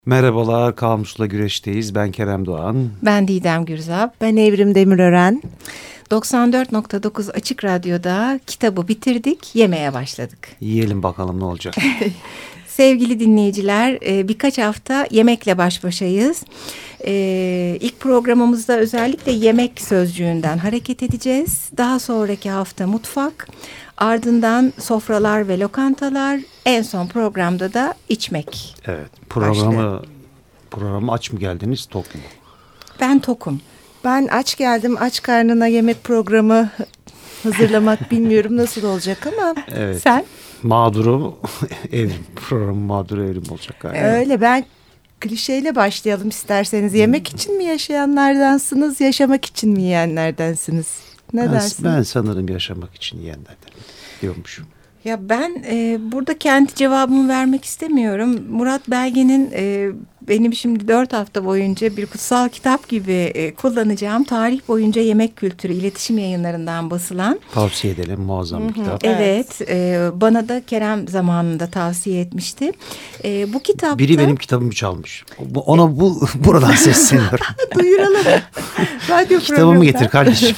Merhabalar, Kamus'la Güreş'teyiz. Ben Kerem Doğan. Ben Didem Gürzap. Ben Evrim Demirören. 94.9 Açık Radyo'da kitabı bitirdik, yemeye başladık. Yiyelim bakalım ne olacak. Sevgili dinleyiciler, birkaç hafta yemekle baş başayız. İlk programımızda özellikle yemek sözcüğünden hareket edeceğiz. Daha sonraki hafta mutfak, ardından sofralar ve lokantalar, en son programda da içmek. Evet, programı aç mı geldiniz, tok mu? Ben tokum. Ben aç geldim. Aç karnına yemek programı hazırlamak bilmiyorum nasıl olacak ama. Evet. Sen? Mağduru Evrim. Programı mağduru Evrim olacak galiba. Öyle, ben klişeyle başlayalım isterseniz. Yemek için mi yaşayanlardansınız, yaşamak için mi yiyenlerdensiniz? Ne dersin? Ben sanırım yaşamak için yiyenlerden diyormuşum. Ya ben burada kendi cevabımı vermek istemiyorum. Murat Belge'nin benim şimdi 4 hafta boyunca bir kutsal kitap gibi kullanacağım tarih boyunca yemek kültürü iletişim yayınlarından basılan. Tavsiye edelim, muazzam bir kitap. Evet, bana da Kerem zamanında tavsiye etmişti. Bu kitapta... Biri benim kitabımı çalmış. Ona buradan sesleniyorum. Duyuralım. Radyo Kitabımı getir kardeşim.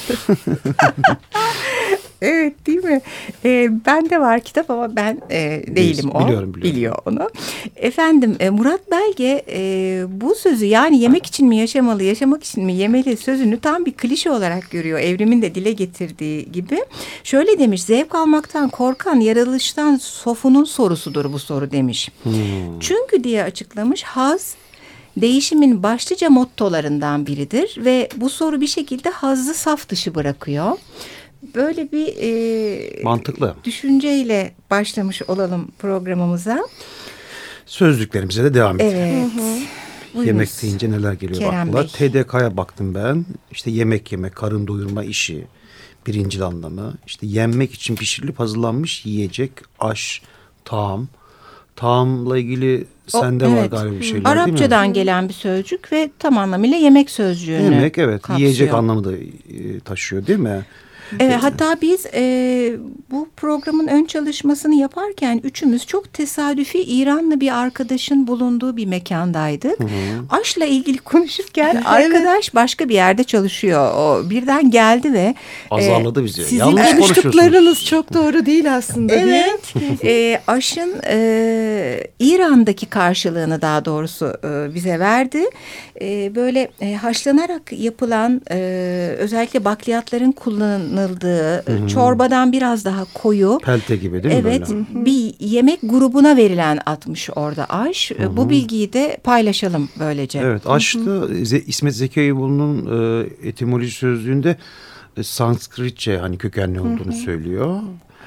Evet, değil mi? Bende var kitap ama ben değilim o. Biliyorum. Biliyor onu. Efendim, Murat Belge bu sözü, yani yemek için mi yaşamalı, yaşamak için mi yemeli sözünü tam bir klişe olarak görüyor. Evrim'in de dile getirdiği gibi. Şöyle demiş: zevk almaktan korkan yaratılıştan sofunun sorusudur bu soru demiş. Çünkü diye açıklamış, haz değişimin başlıca mottolarından biridir ve bu soru bir şekilde hazzı saf dışı bırakıyor. Böyle bir mantıklı düşünceyle başlamış olalım programımıza. Sözlüklerimize de devam edelim. Evet. Yemek deyince neler geliyor Kerem aklıma? Bey. TDK'ya baktım ben. İşte yemek, karın doyurma işi. Birincil anlamı. İşte yenmek için pişirilip hazırlanmış yiyecek, aş, taam. Taamla ilgili sende var evet, galiba bir şeyler, Arapçadan değil mi? gelen bir sözcük ve tam anlamıyla yemek sözcüğünü Yemek, evet. kapsıyor. Yiyecek anlamı da taşıyor, değil mi? Evet, hatta biz bu programın ön çalışmasını yaparken üçümüz çok tesadüfi İranlı bir arkadaşın bulunduğu bir mekandaydık. Aşla ilgili konuşurken arkadaş başka bir yerde çalışıyor. O birden geldi ve Azarladı bizi. Sizin Yanlış konuştuklarınız konuşuyorsunuz. çok doğru değil aslında. evet, aşın İran'daki karşılığını daha doğrusu bize verdi. Böyle haşlanarak yapılan özellikle bakliyatların kullanıldığı çorbadan biraz daha koyu. Pelte gibi değil mi? Evet, böyle? bir yemek grubuna verilen atmış orada aş. Bu bilgiyi de paylaşalım böylece. Evet, aş'ta İsmet Zeki Ayıboğlu'nun etimoloji sözlüğünde Sanskritçe hani kökenli olduğunu söylüyor.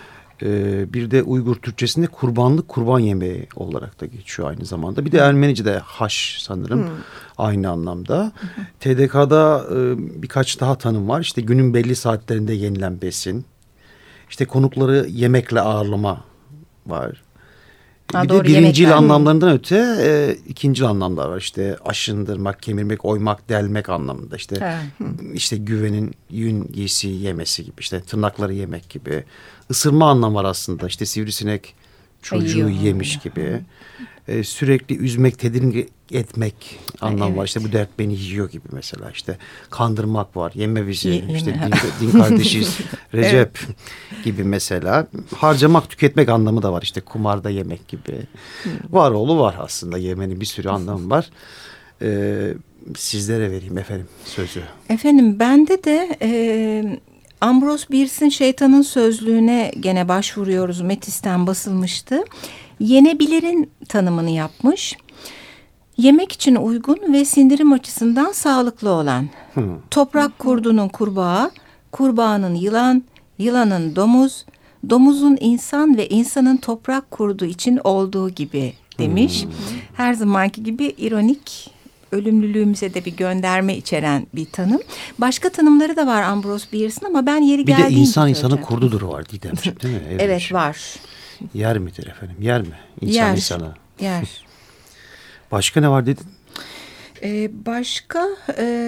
Bir de Uygur Türkçesinde kurbanlık, kurban yemeği olarak da geçiyor aynı zamanda. Bir de Ermenice'de haş sanırım aynı anlamda. TDK'da birkaç daha tanım var. İşte günün belli saatlerinde yenilen besin. İşte konukları yemekle ağırlama var. Bir Doğru, de birincil yemekler. anlamlarından öte ikincil anlamlar var. İşte aşındırmak, kemirmek, oymak, delmek anlamında. İşte güvenin yün giysi yemesi gibi, işte tırnakları yemek gibi. Isırma anlamı var aslında. İşte sivrisinek çocuğu yemiş gibi. Sürekli üzmek, tedirgin etmek anlamı var. İşte bu dert beni yiyor gibi mesela. İşte kandırmak var. Yeme bizi. İşte din kardeşiz. Recep gibi mesela. Harcamak, tüketmek anlamı da var. İşte kumarda yemek gibi. Var oğlu var aslında. Yemenin bir sürü anlamı var. Sizlere vereyim efendim sözü. Efendim, bende de Ambrose Bierce'in Şeytanın Sözlüğü'ne gene başvuruyoruz. Metis'ten basılmıştı. Yenebilirin tanımını yapmış. Yemek için uygun ve sindirim açısından sağlıklı olan. Toprak kurdunun kurbağa, kurbağanın yılan, yılanın domuz, domuzun insan ve insanın toprak kurdu için olduğu gibi demiş. Her zamanki gibi ironik, ölümlülüğümüze de bir gönderme içeren bir tanım. Başka tanımları da var Ambrose Bierce'ın ama ben yeri geldiğince Bir de insanın söyleyeceğim. kurdudur var Didemciğim, değil mi? Evet, var. Yer midir efendim? Yer mi? Yer. İnsana. Yer. Başka ne var dedin? Başka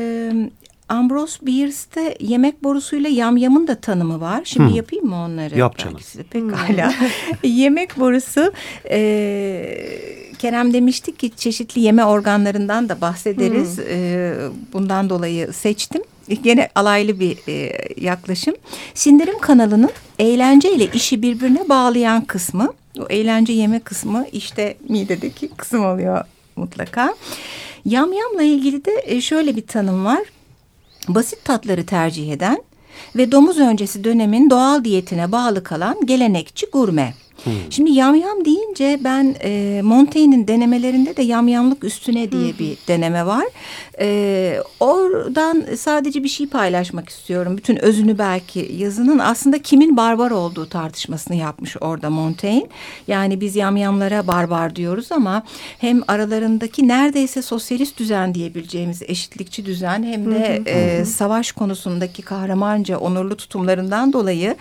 Ambrose Bierce'te yemek borusuyla yamyamın da tanımı var. Şimdi yapayım mı onları? Yap canım. Pekala. Yemek borusu Kerem demişti ki çeşitli yeme organlarından da bahsederiz. Bundan dolayı seçtim. Gene alaylı bir yaklaşım. Sindirim kanalının eğlenceyle işi birbirine bağlayan kısmı. O eğlence yeme kısmı işte midedeki kısım oluyor mutlaka. Yamyamla ilgili de şöyle bir tanım var. Basit tatları tercih eden ve domuz öncesi dönemin doğal diyetine bağlı kalan gelenekçi gurme. Şimdi yamyam deyince ben Montaigne'in denemelerinde de yamyamlık üstüne diye bir deneme var. Oradan sadece bir şey paylaşmak istiyorum. Bütün özünü belki yazının aslında kimin barbar olduğu tartışmasını yapmış orada Montaigne. Yani biz yamyamlara barbar diyoruz ama hem aralarındaki neredeyse sosyalist düzen diyebileceğimiz eşitlikçi düzen hem de savaş konusundaki kahramanca onurlu tutumlarından dolayı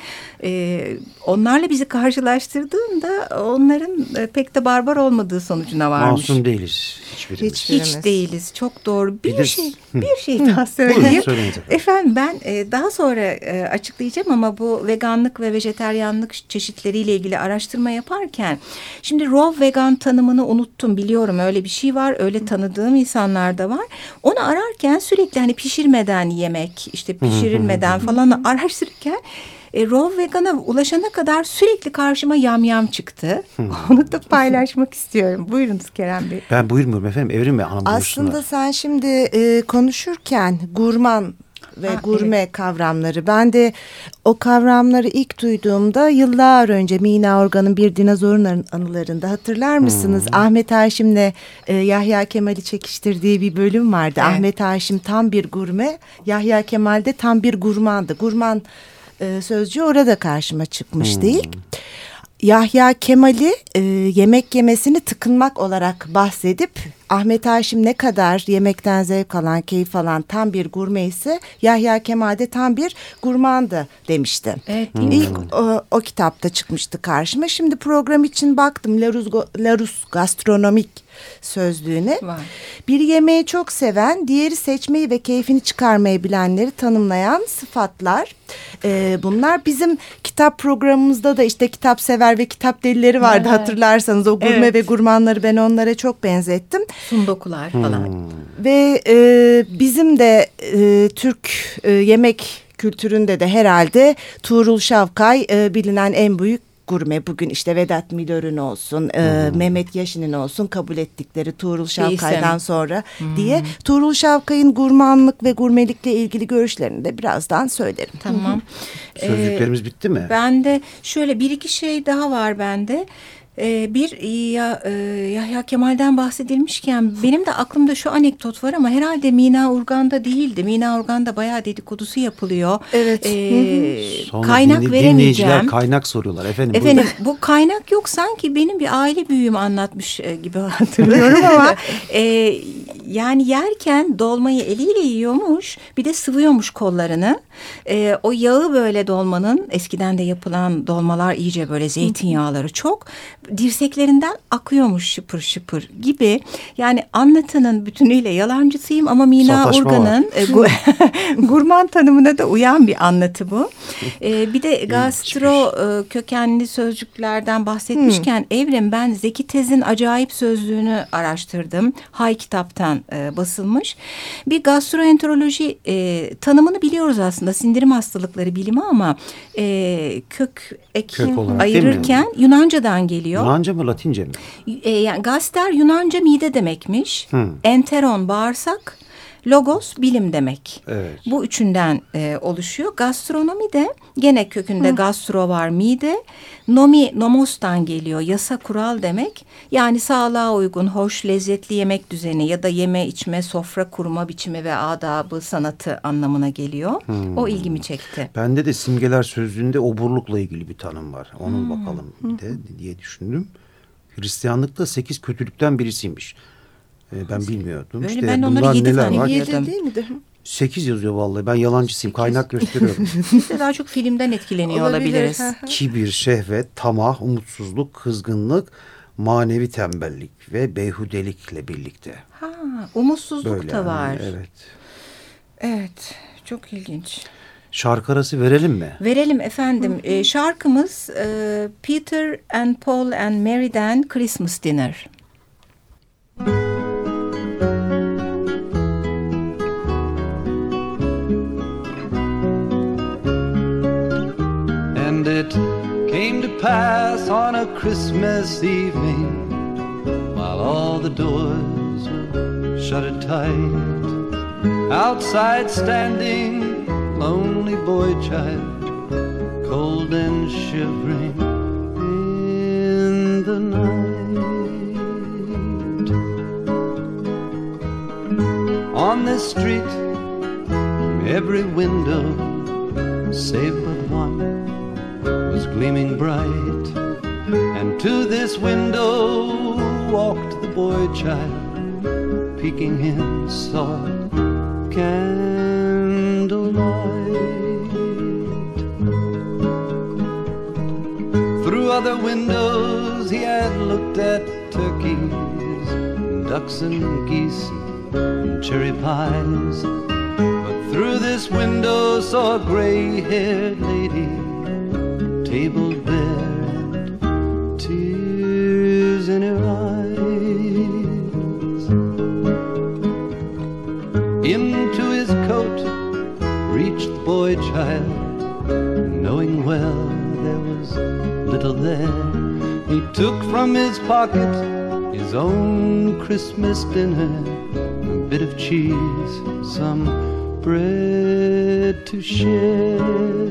onlarla bizi karşılaştırdığında onların pek de barbar olmadığı sonucuna varmış. Masum değiliz hiçbirimiz. Hiç değiliz. Çok doğru. Bir şey daha söyleyeyim. Efendim ben daha sonra açıklayacağım ama bu veganlık ve vejeteryanlık çeşitleriyle ilgili araştırma yaparken şimdi raw vegan tanımını unuttum, biliyorum öyle bir şey var, öyle tanıdığım insanlar da var. Onu ararken sürekli hani pişirmeden yemek, işte pişirilmeden falan araştırırken raw vegana ulaşana kadar sürekli karşıma yamyam çıktı. Onu da paylaşmak istiyorum. Buyurunuz Kerem Bey. Ben buyurmuyorum efendim. Evrim ve Hanım buyursunlar. Aslında sen şimdi konuşurken gurman ve gurme kavramları. Ben de o kavramları ilk duyduğumda yıllar önce Mina Organ'ın Bir Dinozorun Anılarında, hatırlar mısınız? Ahmet Haşim'le Yahya Kemal'i çekiştirdiği bir bölüm vardı. Evet. Ahmet Haşim tam bir gurme, Yahya Kemal de tam bir gurmandı. Gurman sözcüğü orada karşıma çıkmıştı ilk. Yahya Kemal'i yemek yemesini tıkınmak olarak bahsedip Ahmet Haşim ne kadar yemekten zevk alan, keyif alan tam bir gurme ise Yahya Kemal de tam bir gurmandı demişti. Evet, İlk o kitapta çıkmıştı karşıma. Şimdi program için baktım Larousse Gastronomik sözlüğüne. Var. Bir yemeği çok seven, diğeri seçmeyi ve keyfini çıkarmayı bilenleri tanımlayan sıfatlar. Bunlar bizim kitap programımızda da işte kitap sever ve kitap delileri vardı, hatırlarsanız. O gurme ve gurmanları ben onlara çok benzettim. Sundokular falan. Ve bizim de Türk yemek kültüründe de herhalde Tuğrul Şavkay bilinen en büyük gurme. Bugün işte Vedat Milor'un olsun, Mehmet Yaşin'in olsun kabul ettikleri Tuğrul Şavkay'dan sonra diye. Tuğrul Şavkay'ın gurmanlık ve gurmelikle ilgili görüşlerini de birazdan söylerim. Tamam. Sözcüklerimiz bitti mi? Bende şöyle bir iki şey daha var bende. Yahya Kemal'den bahsedilmişken benim de aklımda şu anekdot var ama herhalde Mina Urgan'da değildi. Mina Urgan'da bayağı dedikodusu yapılıyor. Evet. Kaynak veremeyeceğim. Dinleyiciler kaynak soruyorlar efendim. Efendim bu kaynak yok, sanki benim bir aile büyüğüm anlatmış gibi hatırlıyorum ama yani yerken dolmayı eliyle yiyormuş, bir de sıvıyormuş kollarını. O yağı böyle dolmanın, eskiden de yapılan dolmalar iyice böyle zeytinyağları çok, dirseklerinden akıyormuş şıpır şıpır gibi. Yani anlatanın bütünüyle yalancısıyım ama Mina Urgan'ın gurman tanımına da uyan bir anlatı bu. Bir de gastro kökenli sözcüklerden bahsetmişken Evrim, ben Zeki Tez'in acayip sözlüğünü araştırdım. Hay kitaptan basılmış. Bir gastroenteroloji tanımını biliyoruz aslında, sindirim hastalıkları bilimi ama kök olarak ayırırken Yunanca'dan geliyor. Yunanca mı, Latince mi? Yani gaster Yunanca mide demekmiş. Enteron bağırsak, logos bilim demek. Evet. Bu üçünden oluşuyor. Gastronomi de gene kökünde gastro var, mide. Nomi, nomos'tan geliyor. Yasa, kural demek. Yani sağlığa uygun, hoş, lezzetli yemek düzeni ya da yeme, içme, sofra kurma biçimi ve adabı, sanatı anlamına geliyor. O ilgimi çekti. Bende de simgeler sözlüğünde oburlukla ilgili bir tanım var. Onu bakalım bir de diye düşündüm. Hristiyanlıkta 8 kötülükten birisiymiş. Ben bilmiyordum. Öyle, işte ben onları 7 tane var. 7 değil mi? 8 yazıyor vallahi. Ben yalancısıyım. Kaynak gösteriyorum. Biz de daha çok filmden etkileniyor olabiliriz. Kibir, şehvet, tamah, umutsuzluk, kızgınlık, manevi tembellik ve beyhudelikle birlikte. Umutsuzluk böyle da var. Evet. Evet. Çok ilginç. Şarkı arası verelim mi? Verelim efendim. Şarkımız Peter and Paul and Mary'den Christmas Dinner. pass on a Christmas evening while all the doors were shut tight. Outside standing, lonely boy child, cold and shivering in the night. On this street, every window, save but one, was gleaming bright. And to this window walked the boy child, peeking in soft candlelight. Through other windows he had looked at turkeys, ducks and geese and cherry pies, but through this window saw a gray-haired lady, table bare and tears in her eyes. Into his coat reached the boy child, knowing well there was little there. He took from his pocket his own Christmas dinner, a bit of cheese, some bread to share.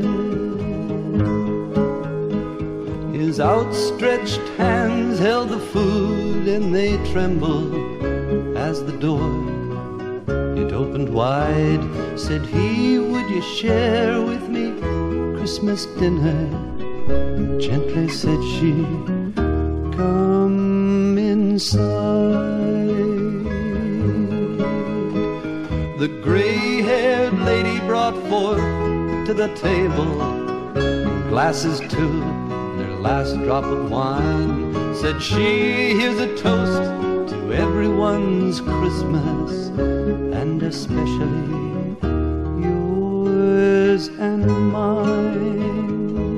His outstretched hands held the food and they trembled as the door, it opened wide. Said he, would you share with me Christmas dinner? Gently said she, come inside. The gray-haired lady brought forth to the table glasses too, their last drop of wine. Said she, here's a toast to everyone's Christmas, and especially yours and mine.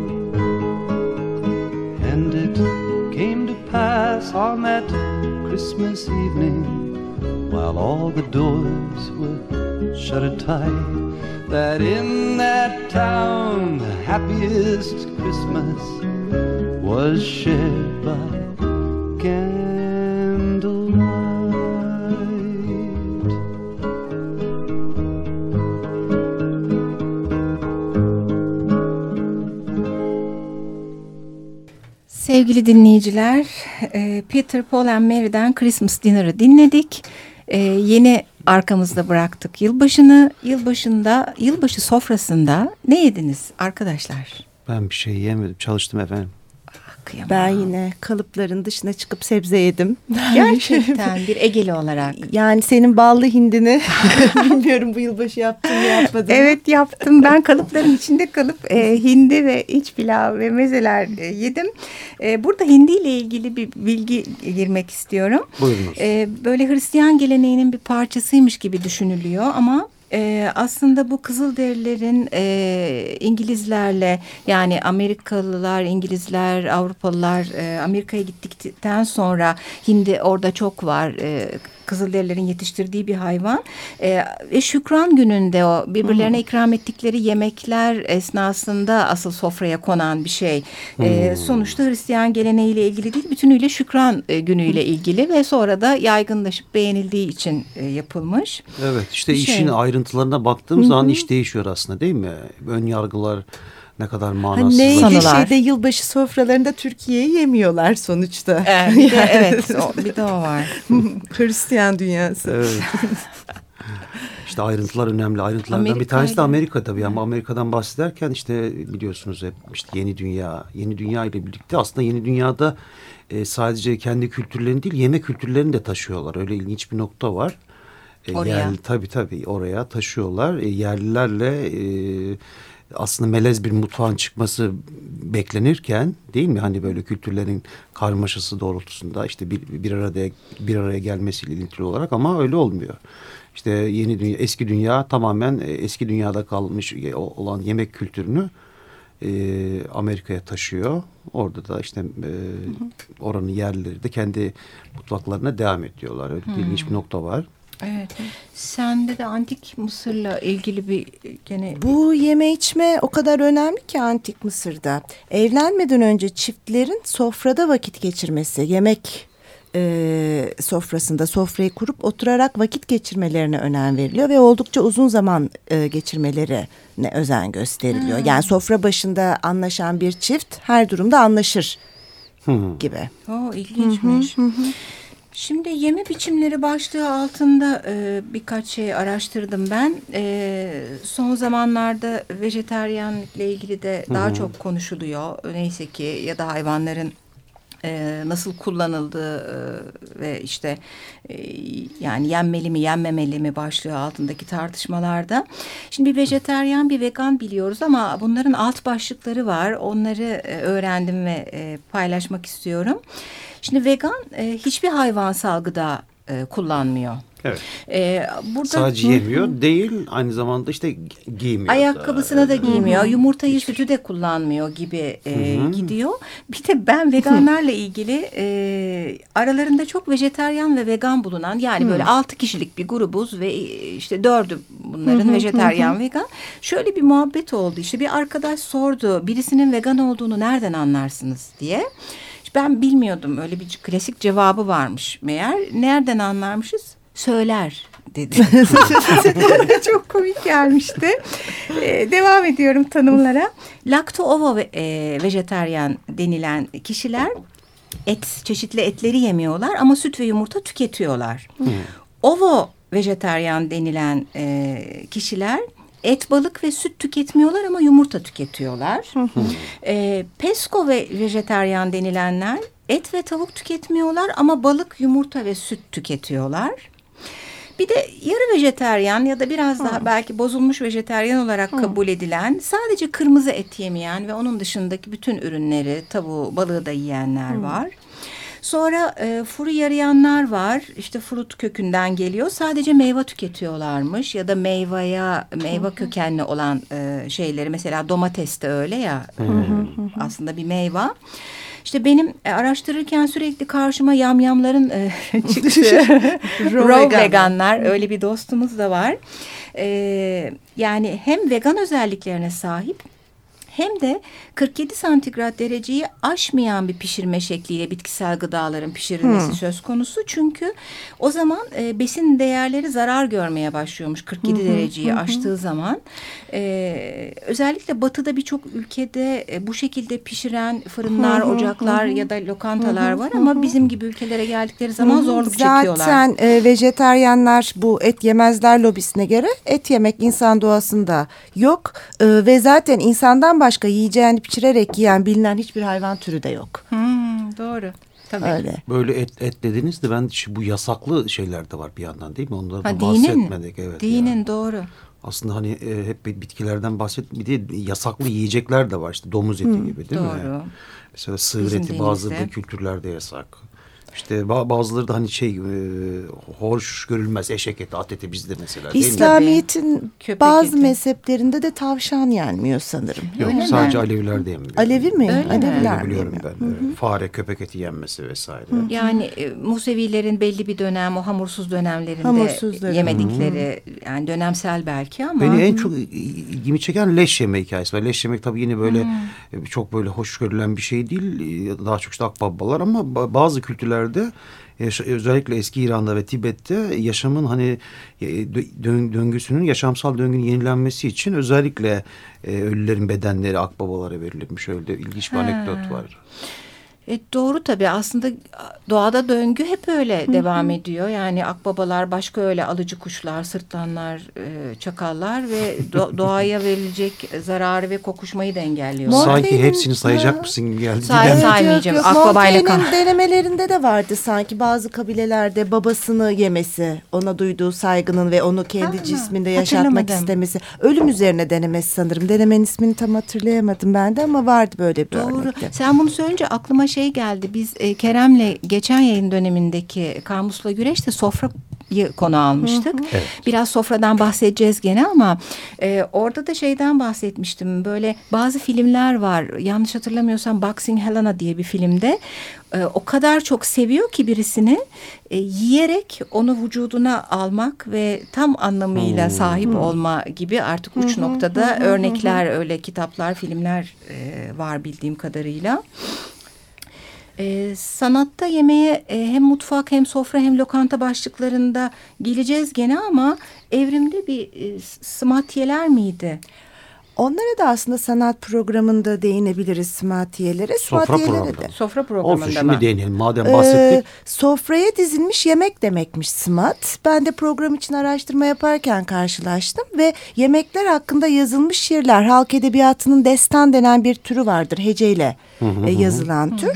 And it came to pass on that Christmas evening, while all the doors were shut tight, that in that town the happiest Christmas was shared by candlelight. Sevgili dinleyiciler, Peter, Paul and Mary'den Christmas Dinner'ı dinledik. Yeni arkamızda bıraktık yılbaşı sofrasında ne yediniz arkadaşlar? Ben bir şey yemedim, çalıştım efendim. Kıyamam. Ben yine kalıpların dışına çıkıp sebze yedim. Gerçekten bir Egeli olarak. Yani senin ballı hindini bilmiyorum bu yılbaşı yaptın mı yapmadın mı? Evet yaptım. Ben kalıpların içinde kalıp hindi ve iç pilav ve mezeler yedim. Burada hindi ile ilgili bir bilgi girmek istiyorum. Buyurunuz. Böyle Hristiyan geleneğinin bir parçasıymış gibi düşünülüyor ama aslında bu Kızılderililerin İngilizlerle, yani Amerikalılar, İngilizler, Avrupalılar Amerika'ya gittikten sonra hindi orada çok var. Kızılderililerin yetiştirdiği bir hayvan. Ve Şükran gününde o birbirlerine ikram ettikleri yemekler esnasında asıl sofraya konan bir şey. Sonuçta Hristiyan geleneğiyle ilgili değil, bütünüyle Şükran günüyle ilgili ve sonra da yaygınlaşıp beğenildiği için yapılmış. Evet, işte işin ayrıntılarına baktığım zaman iş değişiyor aslında, değil mi? Ön yargılar ne kadar manasız. Neydi şeyde yılbaşı sofralarında Türkiye'yi yemiyorlar sonuçta. Bir de, evet, bir de o var. Hristiyan dünyası. Evet. İşte ayrıntılar önemli. Ayrıntılardan bir tanesi de Amerika tabii. Ama Amerika'dan bahsederken işte biliyorsunuz hep işte yeni dünya ile birlikte aslında yeni dünyada sadece kendi kültürlerini değil, yemek kültürlerini de taşıyorlar. Öyle ilginç bir nokta var. Tabii oraya taşıyorlar. Yerlilerle aslında melez bir mutfağın çıkması beklenirken, değil mi? Hani böyle kültürlerin karmaşası doğrultusunda işte bir araya gelmesiyle ilintili olarak, ama öyle olmuyor. İşte yeni dünya, eski dünya tamamen eski dünyada kalmış olan yemek kültürünü Amerika'ya taşıyor. Orada da işte oranın yerlileri de kendi mutfaklarına devam ediyorlar. Öyle ilginç bir nokta var. Evet. Sende de antik Mısır'la ilgili bir gene... Bu yeme içme o kadar önemli ki antik Mısır'da. Evlenmeden önce çiftlerin sofrada vakit geçirmesi, yemek sofrasında sofrayı kurup oturarak vakit geçirmelerine önem veriliyor ve oldukça uzun zaman geçirmelerine özen gösteriliyor. Yani sofra başında anlaşan bir çift her durumda anlaşır gibi. İlginçmiş. Şimdi yeme biçimleri başlığı altında birkaç şey araştırdım ben. Son zamanlarda vejetaryenlikle ilgili de daha çok konuşuluyor. Neyse ki ya da hayvanların nasıl kullanıldığı ve işte yani yenmeli mi yenmemeli mi başlığı altındaki tartışmalarda. Şimdi bir vejetaryen bir vegan biliyoruz ama bunların alt başlıkları var. Onları öğrendim ve paylaşmak istiyorum. Şimdi vegan hiçbir hayvansal gıda kullanmıyor. Evet. Burada, sadece yemiyor değil, aynı zamanda işte giymiyor. Ayakkabısını da giymiyor, yumurtayı, sütü de kullanmıyor gibi gidiyor. Bir de ben veganlarla ilgili aralarında çok vejetaryen ve vegan bulunan, yani böyle 6 kişilik bir grubuz ve işte 4'ü bunların vejetaryen vegan. Şöyle bir muhabbet oldu, işte bir arkadaş sordu, birisinin vegan olduğunu nereden anlarsınız diye. Ben bilmiyordum, öyle bir klasik cevabı varmış meğer. Nereden anlarmışız? Söyler dedi. Çok komik gelmişti. Devam ediyorum tanımlara. Lakto-ovo vejetaryen denilen kişiler çeşitli etleri yemiyorlar ama süt ve yumurta tüketiyorlar. Ovo vejetaryen denilen kişiler et, balık ve süt tüketmiyorlar ama yumurta tüketiyorlar. Pesko ve vejetaryen denilenler et ve tavuk tüketmiyorlar ama balık, yumurta ve süt tüketiyorlar. Bir de yarı vejetaryen ya da biraz daha belki bozulmuş vejetaryen olarak kabul edilen, sadece kırmızı et yemeyen ve onun dışındaki bütün ürünleri, tavuğu, balığı da yiyenler var. Sonra furu yarayanlar var. İşte frut kökünden geliyor. Sadece meyve tüketiyorlarmış ya da meyve kökenli olan şeyleri, mesela domates de öyle ya, aslında bir meyve. İşte benim araştırırken sürekli karşıma yamyamların çıktı. Raw veganlar, öyle bir dostumuz da var. Yani hem vegan özelliklerine sahip hem de 47 santigrat dereceyi aşmayan bir pişirme şekliyle bitkisel gıdaların pişirilmesi söz konusu. Çünkü o zaman besin değerleri zarar görmeye başlıyormuş 47 dereceyi aştığı zaman. Özellikle batıda birçok ülkede bu şekilde pişiren fırınlar, ocaklar ya da lokantalar var ama bizim gibi ülkelere geldikleri zaman zorluk çekiyorlar. Zaten vejetaryenler bu et yemezler lobisine göre et yemek insan doğasında yok ve zaten insandan başka yiyeceğini pişirerek yiyen bilinen hiçbir hayvan türü de yok. Doğru. Tabii. Öyle. Böyle et dediniz de ben bu yasaklı şeyler de var bir yandan, değil mi? Onlardan dinin, bahsetmedik. Evet, dinin yani. Doğru. Aslında hani hep bitkilerden bahsettik. Bir de yasaklı yiyecekler de var, işte domuz eti gibi, değil mi? Mesela sığır eti bazı kültürlerde yasak. İşte bazıları da hani hoş görülmez, eşek eti, at eti bizde mesela, değil mi? İslamiyet'in bazı mezheplerinde de tavşan yenmiyor sanırım. Yok, sadece Aleviler de yemiyor. Alevi mi? Aleviler biliyorum ben. Fare, köpek eti yenmesi vesaire. Yani Musevilerin belli bir dönem, o hamursuz dönemlerinde yemedikleri, yani dönemsel belki ama. Beni en çok ilgimi çeken leş yeme hikayesi var. Leş yemek tabii yine böyle çok böyle hoş görülen bir şey değil. Daha çok işte akbabalar ama bazı kültürlerde, özellikle eski İran'da ve Tibet'te yaşamın hani döngüsünün, yaşamsal döngünün yenilenmesi için özellikle ölülerin bedenleri akbabalara verilmiş. Öyle ilginç bir anekdot var. Doğru tabii, aslında doğada döngü hep öyle devam ediyor. Yani akbabalar, başka öyle alıcı kuşlar, sırtlanlar, çakallar ve doğaya verilecek zararı ve kokuşmayı da engelliyor. Sanki hepsini sayacak mısın gibi geldi. Saymayacağım. Montaigne'in denemelerinde de vardı sanki bazı kabilelerde babasını yemesi, ona duyduğu saygının ve onu kendi cisminde yaşatmak istemesi. Ölüm üzerine denemesi sanırım. Denemenin ismini tam hatırlayamadım ben de ama vardı böyle bir örnekte. Sen bunu söyleyince aklıma geldi. Biz Kerem'le geçen yayın dönemindeki Kamus'la Güreş'te sofra konu almıştık. Evet. Biraz sofradan bahsedeceğiz gene ama orada da şeyden bahsetmiştim. Böyle bazı filmler var. Yanlış hatırlamıyorsam Boxing Helena diye bir filmde o kadar çok seviyor ki birisini yiyerek onu vücuduna almak ve tam anlamıyla sahip olma gibi artık uç noktada örnekler, öyle kitaplar, filmler var bildiğim kadarıyla. Sanatta yemeğe hem mutfak hem sofra hem lokanta başlıklarında geleceğiz gene ama Evrim'de bir smatiyeler miydi? Onlara da aslında sanat programında değinebiliriz, smatiyelere. Sofra programında. Sofra programında Olsun, mı? şimdi değinelim madem bahsettik. Sofraya dizilmiş yemek demekmiş smat. Ben de program için araştırma yaparken karşılaştım ve yemekler hakkında yazılmış şiirler. Halk edebiyatının destan denen bir türü vardır, heceyle yazılan tür.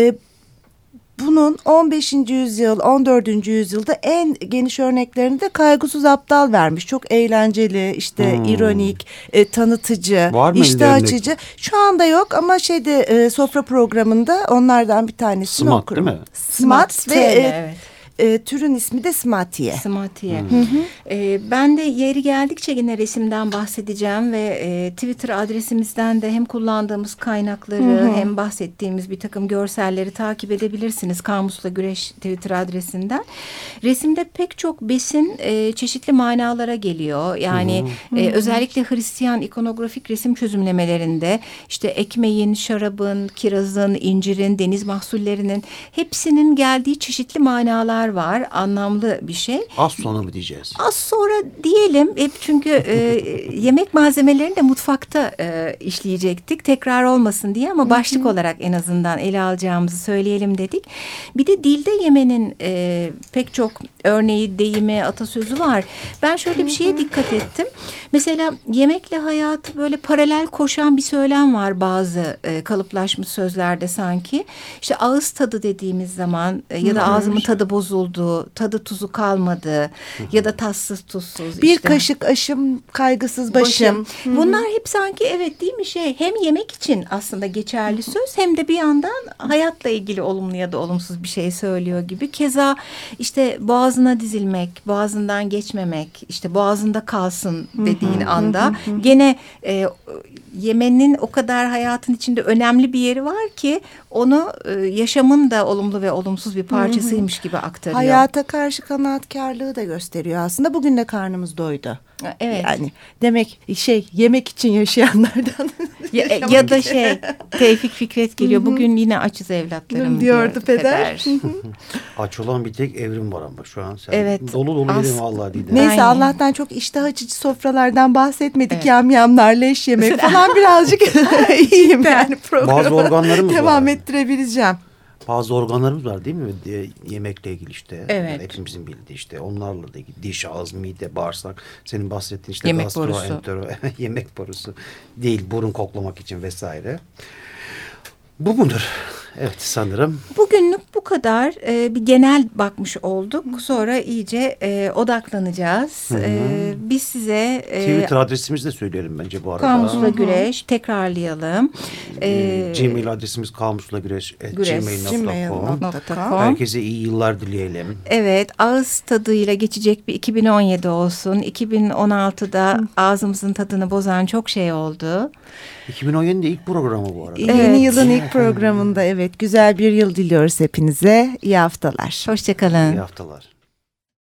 Bunun 15. yüzyıl, 14. yüzyılda en geniş örneklerini de Kaygısız Aptal vermiş. Çok eğlenceli, işte ironik, tanıtıcı, iştah açıcı. Şu anda yok ama sofra programında onlardan bir tanesini Smat okurum. değil mi? Smat ve evet. Türün ismi de smatiye. Smatiye. Ben de yeri geldikçe yine resimden bahsedeceğim ve Twitter adresimizden de hem kullandığımız kaynakları hem bahsettiğimiz bir takım görselleri takip edebilirsiniz. Kamusla Güreş Twitter adresinden. Resimde pek çok besin çeşitli manalara geliyor. Yani özellikle Hristiyan ikonografik resim çözümlemelerinde işte ekmeğin, şarabın, kirazın, incirin, deniz mahsullerinin hepsinin geldiği çeşitli manalar var. Anlamlı bir şey. Az sonra mı diyeceğiz? Az sonra diyelim. Hep çünkü yemek malzemelerini de mutfakta işleyecektik. Tekrar olmasın diye ama başlık olarak en azından ele alacağımızı söyleyelim dedik. Bir de dilde yemenin pek çok örneği, deyimi, atasözü var. Ben şöyle bir şeye dikkat ettim. Mesela yemekle hayatı böyle paralel koşan bir söylem var bazı kalıplaşmış sözlerde sanki. İşte ağız tadı dediğimiz zaman ya da ağzımın tadı bozuldu, tadı tuzu kalmadı ya da tatsız tuzsuz. Bir işte. kaşık aşım, kaygısız başım. Bunlar hep sanki evet değil mi hem yemek için aslında geçerli söz hem de bir yandan hayatla ilgili olumlu ya da olumsuz bir şey söylüyor gibi. Keza işte boğazına dizilmek, boğazından geçmemek, işte boğazında kalsın dediğin anda gene yemenin o kadar hayatın içinde önemli bir yeri var ki onu yaşamın da olumlu ve olumsuz bir parçasıymış gibi aktarıyor. Hayata karşı kanaatkarlığı da gösteriyor aslında. Bugün de karnımız doydu. Evet. Yani demek yemek için yaşayanlardan. ya da Tevfik Fikret geliyor. Bugün yine açız evlatlarım diyordu peder. Aç olan bir tek Evrim var ama şu an. Sen Evet. Dolu yedim vallahi değil. Neyse Aynen. Allah'tan çok iştah açıcı sofralardan bahsetmedik. Yamyamlar, leş yemek falan birazcık iyiyim yani programı. Bazı organlarımız devam var. ettirebileceğim. Bazı organlarımız var değil mi? Yemekle ilgili işte. Evet. Yani hepimizin bildiği işte. Onlarla da ilgili diş, ağız, mide, bağırsak. Senin bahsettiğin işte Yemek gastro, borusu. entero, yemek borusu değil. Burun koklamak için vesaire. Bu mudur? Evet sanırım. Bugünlük bu kadar. Bir genel bakmış olduk. Sonra iyice odaklanacağız. Biz size Twitter adresimizi de söyleyelim bence bu arada. Kamusla Güreş tekrarlayalım. Gmail adresimiz kamusla-güreş@gmail.com. Herkese iyi yıllar dileyelim. Evet, ağız tadıyla geçecek bir 2017 olsun. 2016'da ağzımızın tadını bozan çok şey oldu. 2017'de ilk programı bu arada. Yeni yılın ilk programında güzel bir yıl diliyoruz hepinize. İyi haftalar. Hoşçakalın. İyi haftalar.